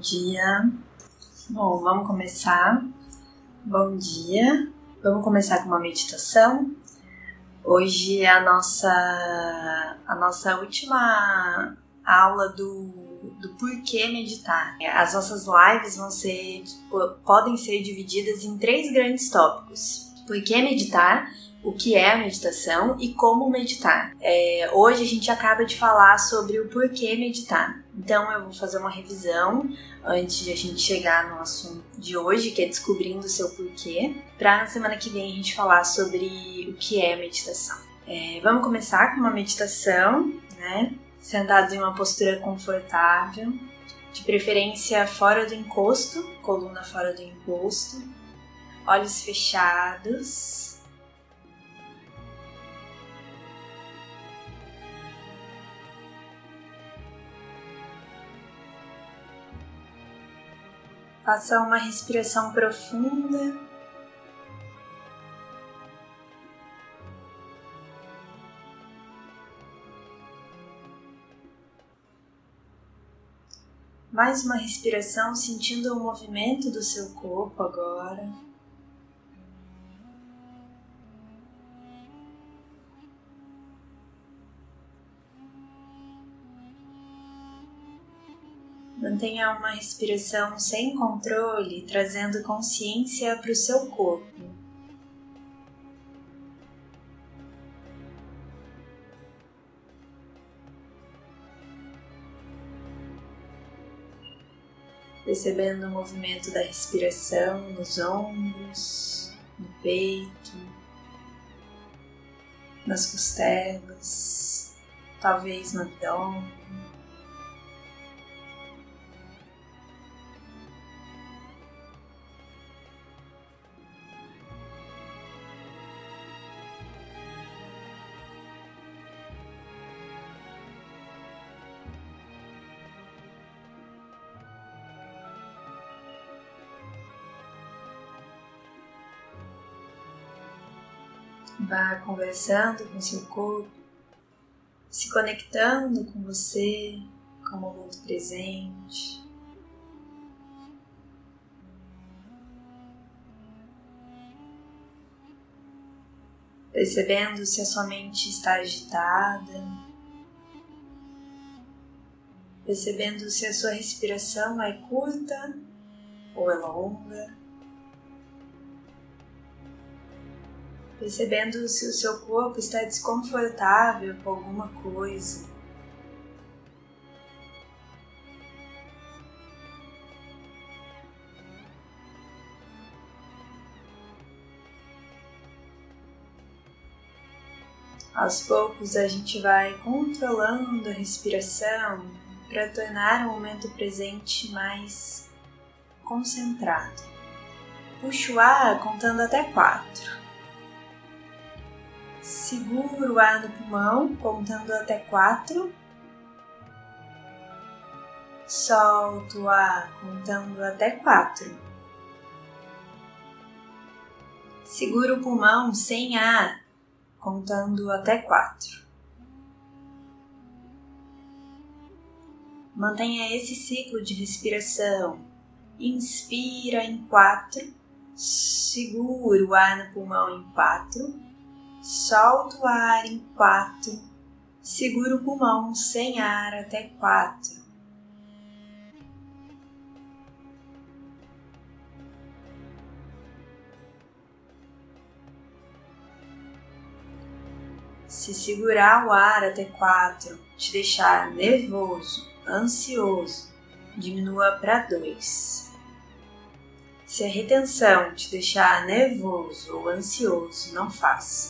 dia. Bom, vamos começar. Bom dia. Vamos começar com uma meditação. Hoje é a nossa última aula do porquê meditar. As nossas lives podem ser divididas em 3 grandes tópicos. Por que meditar? O que é a meditação e como meditar. Hoje a gente acaba de falar sobre o porquê meditar. Então eu vou fazer uma revisão antes de a gente chegar no assunto de hoje, que é descobrindo o seu porquê, para na semana que vem a gente falar sobre o que é meditação. Vamos começar com uma meditação, né? Sentados em uma postura confortável, de preferência fora do encosto, coluna fora do encosto, olhos fechados. Faça uma respiração profunda. Mais uma respiração, sentindo o movimento do seu corpo agora. Mantenha uma respiração sem controle, trazendo consciência para o seu corpo. Percebendo o movimento da respiração nos ombros, no peito, nas costelas, talvez no abdômen. Vá conversando com seu corpo, se conectando com você, com o momento presente. Percebendo se a sua mente está agitada, percebendo se a sua respiração é curta ou é longa. Percebendo se o seu corpo está desconfortável com alguma coisa. Aos poucos a gente vai controlando a respiração para tornar o momento presente mais concentrado. Puxa o ar contando até 4. Segura o ar no pulmão, contando até 4. Solta o ar, contando até 4. Segura o pulmão sem ar, contando até 4. Mantenha esse ciclo de respiração. Inspira em 4. Segura o ar no pulmão em 4. Solta o ar em 4, segura o pulmão sem ar até 4. Se segurar o ar até 4 te deixar nervoso, ansioso, diminua para 2. Se a retenção te deixar nervoso ou ansioso, não faça.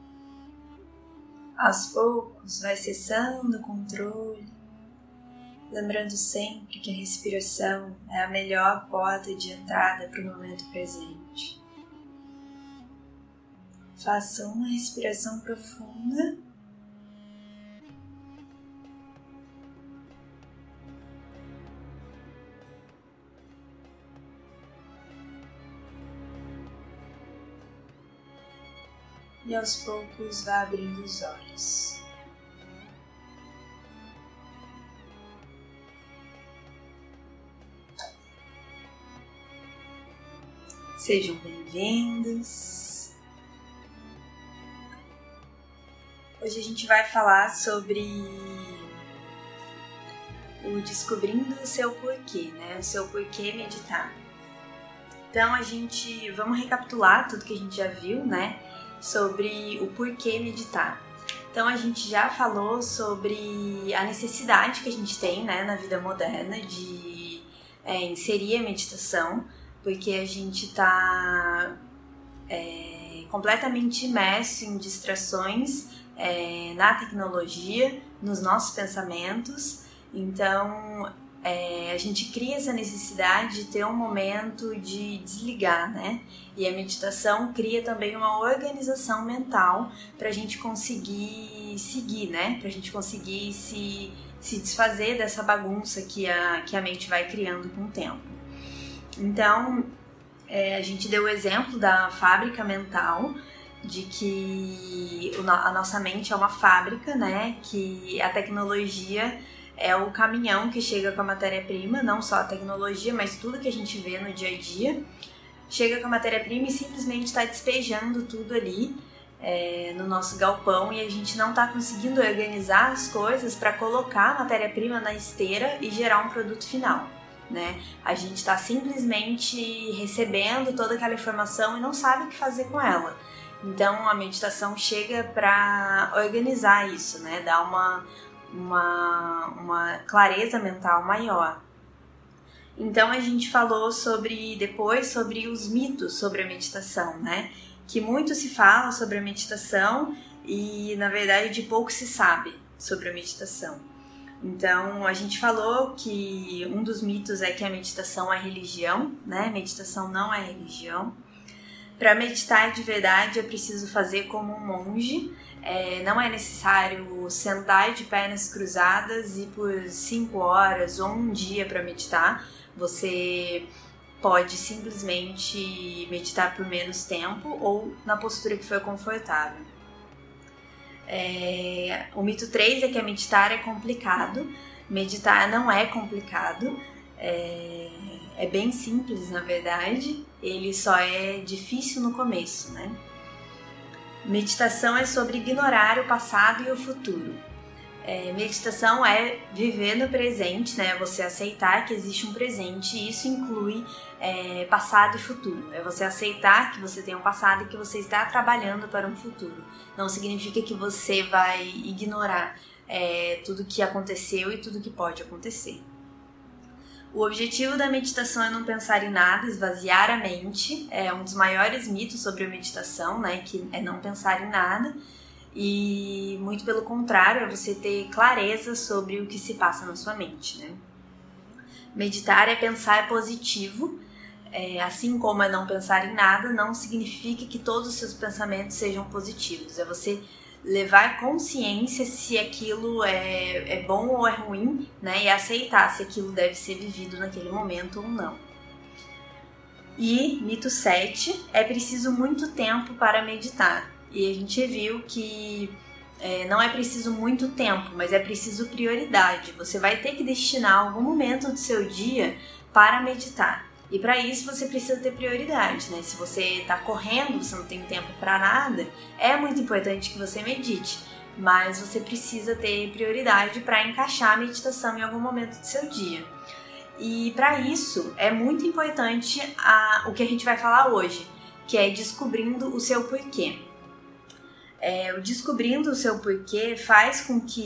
Aos poucos vai cessando o controle, lembrando sempre que a respiração é a melhor porta de entrada para o momento presente. Faça uma respiração profunda. E aos poucos vá abrindo os olhos. Sejam bem-vindos. Hoje a gente vai falar sobre o descobrindo o seu porquê, né? O seu porquê meditar. Então vamos recapitular tudo que a gente já viu, né? Sobre o porquê meditar. Então a gente já falou sobre a necessidade que a gente tem, né, na vida moderna de inserir a meditação, porque a gente está completamente imerso em distrações, na tecnologia, nos nossos pensamentos. Então a gente cria essa necessidade de ter um momento de desligar, né? E a meditação cria também uma organização mental para a gente conseguir seguir, né? Para a gente conseguir se desfazer dessa bagunça que a mente vai criando com o tempo. Então, a gente deu o exemplo da fábrica mental, de que a nossa mente é uma fábrica, né? Que a tecnologia é o caminhão que chega com a matéria-prima, não só a tecnologia, mas tudo que a gente vê no dia a dia. Chega com a matéria-prima e simplesmente está despejando tudo ali no nosso galpão, e a gente não está conseguindo organizar as coisas para colocar a matéria-prima na esteira e gerar um produto final, né? A gente está simplesmente recebendo toda aquela informação e não sabe o que fazer com ela. Então a meditação chega para organizar isso, né? Dar uma clareza mental maior. Então a gente falou depois sobre os mitos sobre a meditação, né? Que muito se fala sobre a meditação e na verdade de pouco se sabe sobre a meditação. Então a gente falou que um dos mitos é que a meditação é religião, né? Meditação não é religião. Para meditar de verdade é preciso fazer como um monge. Não é necessário sentar de pernas cruzadas e por 5 horas ou um dia para meditar. Você pode simplesmente meditar por menos tempo ou na postura que for confortável. O mito 3 é que meditar é complicado. Meditar não é complicado. É bem simples, na verdade. Ele só é difícil no começo, né? Meditação é sobre ignorar o passado e o futuro. Meditação é viver no presente, né? Você aceitar que existe um presente, e isso inclui passado e futuro. É você aceitar que você tem um passado e que você está trabalhando para um futuro. Não significa que você vai ignorar tudo que aconteceu e tudo que pode acontecer. O objetivo da meditação é não pensar em nada, esvaziar a mente. É um dos maiores mitos sobre a meditação, né? Que é não pensar em nada. E muito pelo contrário, é você ter clareza sobre o que se passa na sua mente, né? Meditar é pensar positivo. Assim como é não pensar em nada, não significa que todos os seus pensamentos sejam positivos. É você levar consciência se aquilo é bom ou é ruim, né? E aceitar se aquilo deve ser vivido naquele momento ou não. E mito 7, é preciso muito tempo para meditar. E a gente viu que não é preciso muito tempo, mas é preciso prioridade. Você vai ter que destinar algum momento do seu dia para meditar. E para isso você precisa ter prioridade, né? Se você está correndo, você não tem tempo para nada, é muito importante que você medite. Mas você precisa ter prioridade para encaixar a meditação em algum momento do seu dia. E para isso é muito importante o que a gente vai falar hoje, que é descobrindo o seu porquê. O descobrindo o seu porquê faz com que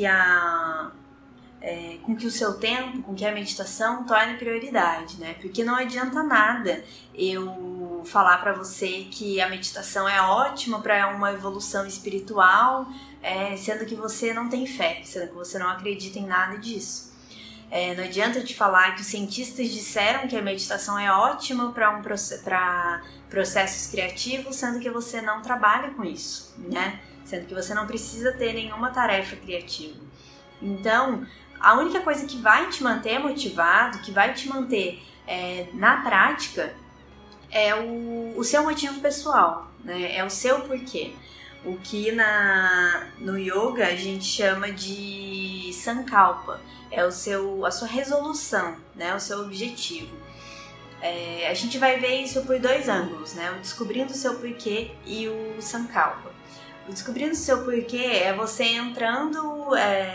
o seu tempo, com que a meditação torne prioridade, né? Porque não adianta nada eu falar para você que a meditação é ótima para uma evolução espiritual, sendo que você não tem fé, sendo que você não acredita em nada disso. Não adianta eu te falar que os cientistas disseram que a meditação é ótima para processos criativos, sendo que você não trabalha com isso, né? Sendo que você não precisa ter nenhuma tarefa criativa. Então, a única coisa que vai te manter motivado, que vai te manter na prática, é o seu motivo pessoal, né? É o seu porquê. O que no yoga a gente chama de sankalpa, é a sua resolução, né? O seu objetivo. A gente vai ver isso por 2 ângulos, né? O descobrindo o seu porquê e o sankalpa. O descobrindo o seu porquê é você entrando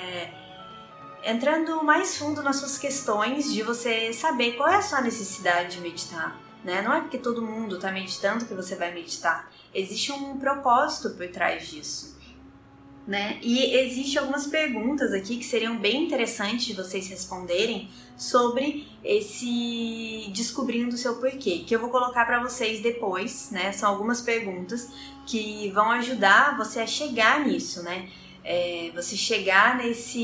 mais fundo nas suas questões, de você saber qual é a sua necessidade de meditar, né? Não é porque todo mundo está meditando que você vai meditar. Existe um propósito por trás disso, né? E existem algumas perguntas aqui que seriam bem interessantes de vocês responderem sobre esse descobrindo o seu porquê, que eu vou colocar para vocês depois, né? São algumas perguntas que vão ajudar você a chegar nisso, né? Você chegar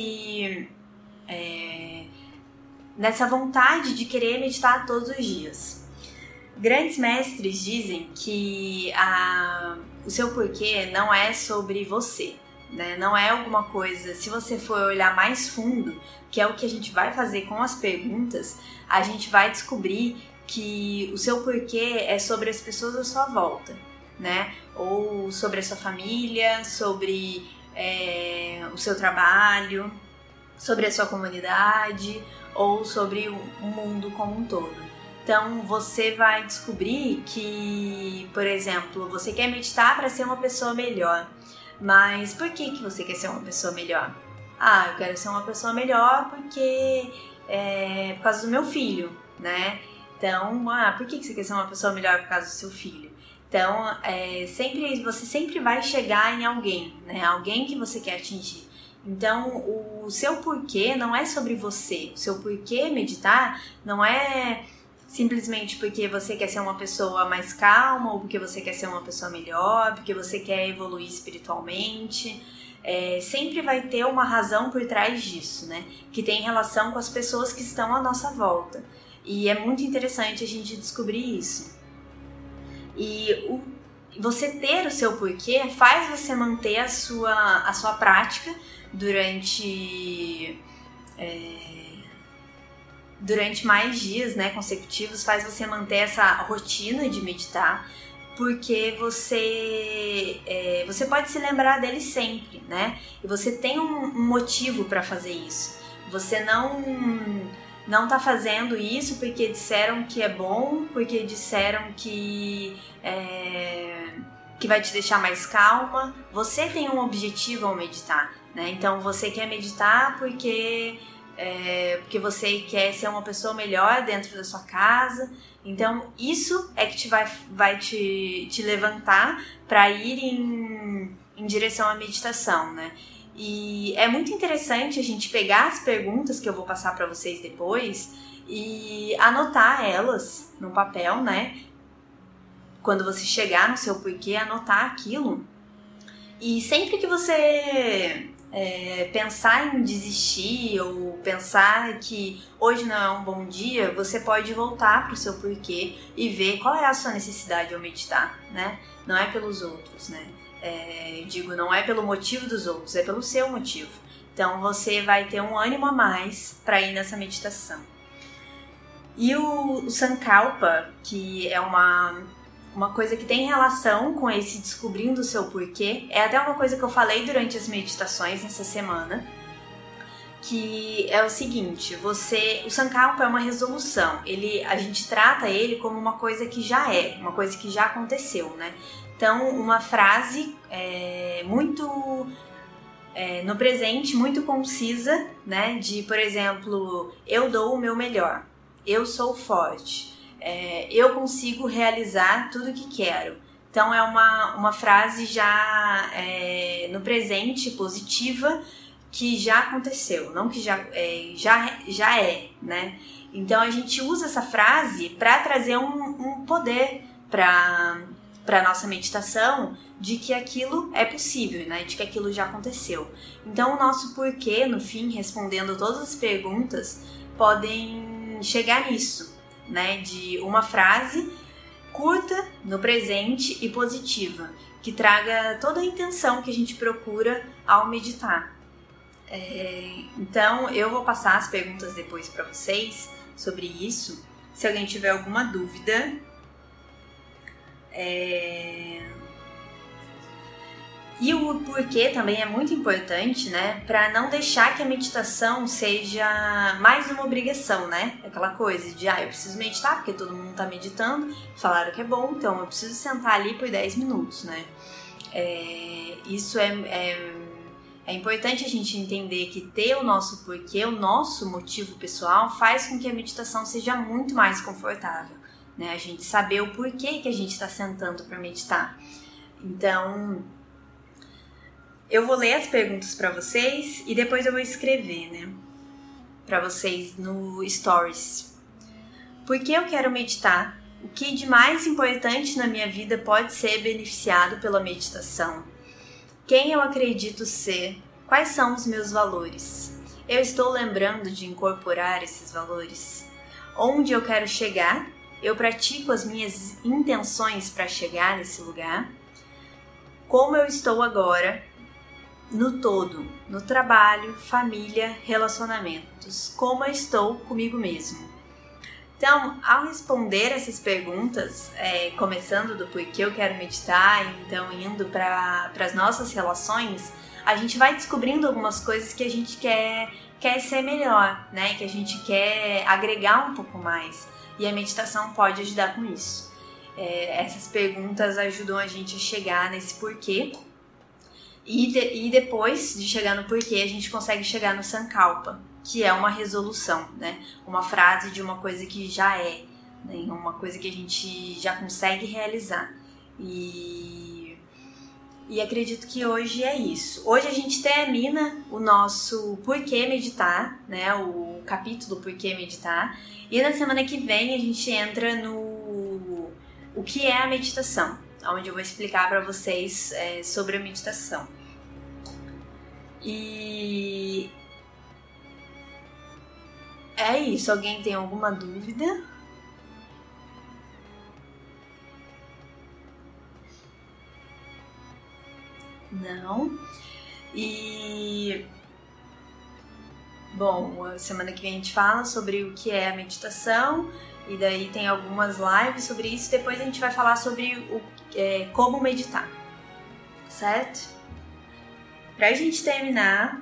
nessa vontade de querer meditar todos os dias. Grandes mestres dizem que o seu porquê não é sobre você, né? Não é alguma coisa, se você for olhar mais fundo, que é o que a gente vai fazer com as perguntas, a gente vai descobrir que o seu porquê é sobre as pessoas à sua volta, né? Ou sobre a sua família, sobre o seu trabalho, sobre a sua comunidade ou sobre o mundo como um todo. Então, você vai descobrir que, por exemplo, você quer meditar para ser uma pessoa melhor. Mas por que você quer ser uma pessoa melhor? Eu quero ser uma pessoa melhor porque por causa do meu filho, né? Então, por que você quer ser uma pessoa melhor por causa do seu filho? Então, você sempre vai chegar em alguém, né? Alguém que você quer atingir. Então, o seu porquê não é sobre você. O seu porquê meditar não é simplesmente porque você quer ser uma pessoa mais calma, ou porque você quer ser uma pessoa melhor, porque você quer evoluir espiritualmente. Sempre vai ter uma razão por trás disso, né? Que tem relação com as pessoas que estão à nossa volta. E é muito interessante a gente descobrir isso. E você ter o seu porquê faz você manter a sua prática durante mais dias, né, consecutivos, faz você manter essa rotina de meditar, porque você pode se lembrar dele sempre, né? E você tem um motivo para fazer isso. Você não tá fazendo isso porque disseram que é bom, porque disseram que vai te deixar mais calma. Você tem um objetivo ao meditar, né? Então você quer meditar porque você quer ser uma pessoa melhor dentro da sua casa. Então isso é que vai te levantar para ir em direção à meditação, né? E é muito interessante a gente pegar as perguntas que eu vou passar para vocês depois e anotar elas no papel, né? Quando você chegar no seu porquê, anotar aquilo. E sempre que você pensar em desistir ou pensar que hoje não é um bom dia, você pode voltar para o seu porquê e ver qual é a sua necessidade ao meditar, né? Não é pelos outros, né? Não é pelo motivo dos outros, é pelo seu motivo. Então você vai ter um ânimo a mais para ir nessa meditação. E o Sankalpa, que é uma coisa que tem relação com esse descobrindo o seu porquê, é até uma coisa que eu falei durante as meditações nessa semana, que é o seguinte: o Sankalpa é uma resolução, a gente trata ele como uma coisa que já uma coisa que já aconteceu, né? Então, uma frase muito no presente, muito concisa, né? De, por exemplo, eu dou o meu melhor, eu sou forte, eu consigo realizar tudo o que quero. Então é uma frase já no presente, positiva, que já aconteceu, não que já é, né? Então a gente usa essa frase para trazer um poder para a nossa meditação, de que aquilo é possível, né? De que aquilo já aconteceu. Então o nosso porquê, no fim, respondendo todas as perguntas, podem chegar nisso, né? De uma frase curta, no presente e positiva, que traga toda a intenção que a gente procura ao meditar. Então, eu vou passar as perguntas depois para vocês sobre isso. Se alguém tiver alguma dúvida, E o porquê também é muito importante, né? Para não deixar que a meditação seja mais uma obrigação, né? Aquela coisa de, eu preciso meditar porque todo mundo tá meditando, falaram que é bom, então eu preciso sentar ali por 10 minutos, né? Isso é importante a gente entender que ter o nosso porquê, o nosso motivo pessoal, faz com que a meditação seja muito mais confortável, né? A gente saber o porquê que a gente está sentando para meditar. Então, eu vou ler as perguntas para vocês e depois eu vou escrever, né? Para vocês no Stories. Por que eu quero meditar? O que de mais importante na minha vida pode ser beneficiado pela meditação? Quem eu acredito ser? Quais são os meus valores? Eu estou lembrando de incorporar esses valores? Onde eu quero chegar? Eu pratico as minhas intenções para chegar nesse lugar? Como eu estou agora? No todo, no trabalho, família, relacionamentos, como eu estou comigo mesmo. Então, ao responder essas perguntas, começando do porquê eu quero meditar, então indo para as nossas relações, a gente vai descobrindo algumas coisas que a gente quer ser melhor, né? Que a gente quer agregar um pouco mais. E a meditação pode ajudar com isso. Essas perguntas ajudam a gente a chegar nesse porquê. E depois de chegar no porquê, a gente consegue chegar no Sankalpa, que é uma resolução, né? Uma frase de uma coisa que já né? Uma coisa que a gente já consegue realizar. E acredito que hoje é isso. Hoje a gente termina o nosso Porquê Meditar, né? O capítulo Porquê Meditar. E na semana que vem a gente entra no o que é a meditação, onde eu vou explicar para vocês sobre a meditação. E é isso. Alguém tem alguma dúvida? Não? Bom, a semana que vem a gente fala sobre o que é a meditação. E daí tem algumas lives sobre isso. Depois a gente vai falar sobre como meditar, certo? Pra gente terminar,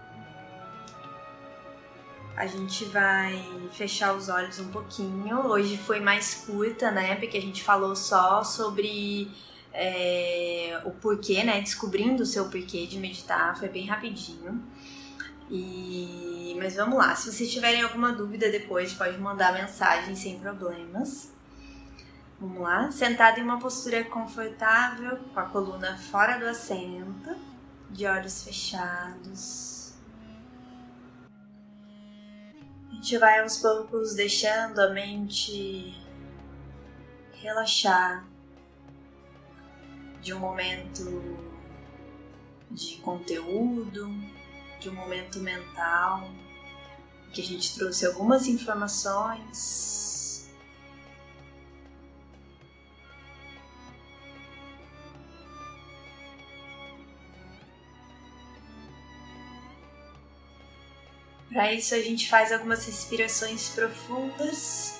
a gente vai fechar os olhos um pouquinho. Hoje foi mais curta, né? Porque a gente falou só sobre o porquê, né? Descobrindo o seu porquê de meditar. Foi bem rapidinho. Mas vamos lá. Se vocês tiverem alguma dúvida depois, pode mandar mensagem sem problemas. Vamos lá. Sentado em uma postura confortável, com a coluna fora do assento, de olhos fechados. A gente vai aos poucos deixando a mente relaxar de um momento de conteúdo, de um momento mental, que a gente trouxe algumas informações. Para isso a gente faz algumas respirações profundas.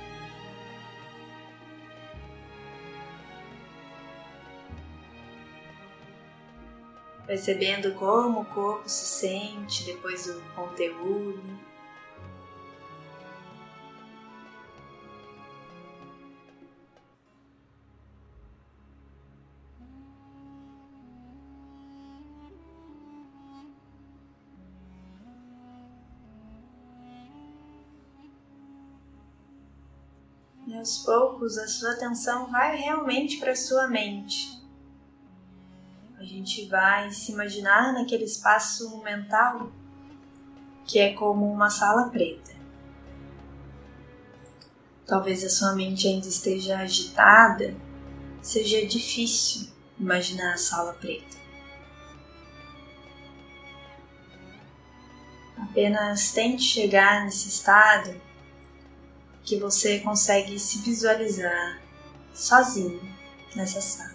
Percebendo como o corpo se sente depois do conteúdo. E aos poucos a sua atenção vai realmente para a sua mente. A gente vai se imaginar naquele espaço mental que é como uma sala preta. Talvez a sua mente ainda esteja agitada, seja difícil imaginar a sala preta. Apenas tente chegar nesse estado que você consegue se visualizar sozinho nessa sala.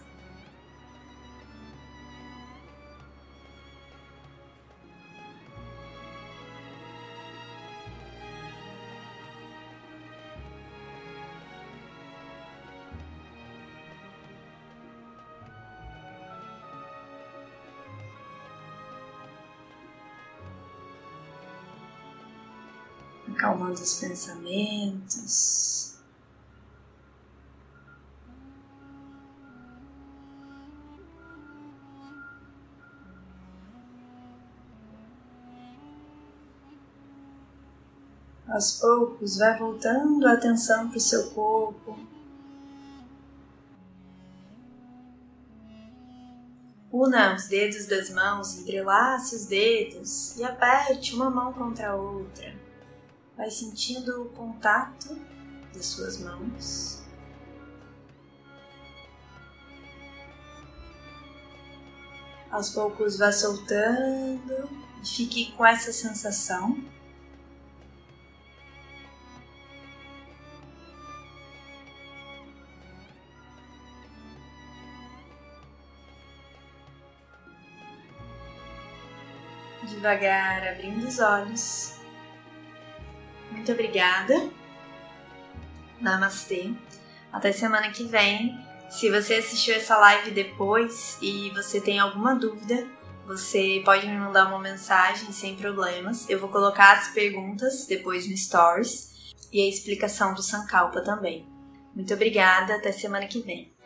Acalmando os pensamentos. Aos poucos, vai voltando a atenção para o seu corpo. Una os dedos das mãos, entrelace os dedos e aperte uma mão contra a outra. Vai sentindo o contato das suas mãos. Aos poucos vá soltando e fique com essa sensação. Devagar abrindo os olhos. Muito obrigada. Namastê. Até semana que vem. Se você assistiu essa live depois e você tem alguma dúvida, você pode me mandar uma mensagem sem problemas. Eu vou colocar as perguntas depois no Stories e a explicação do Sankalpa também. Muito obrigada. Até semana que vem.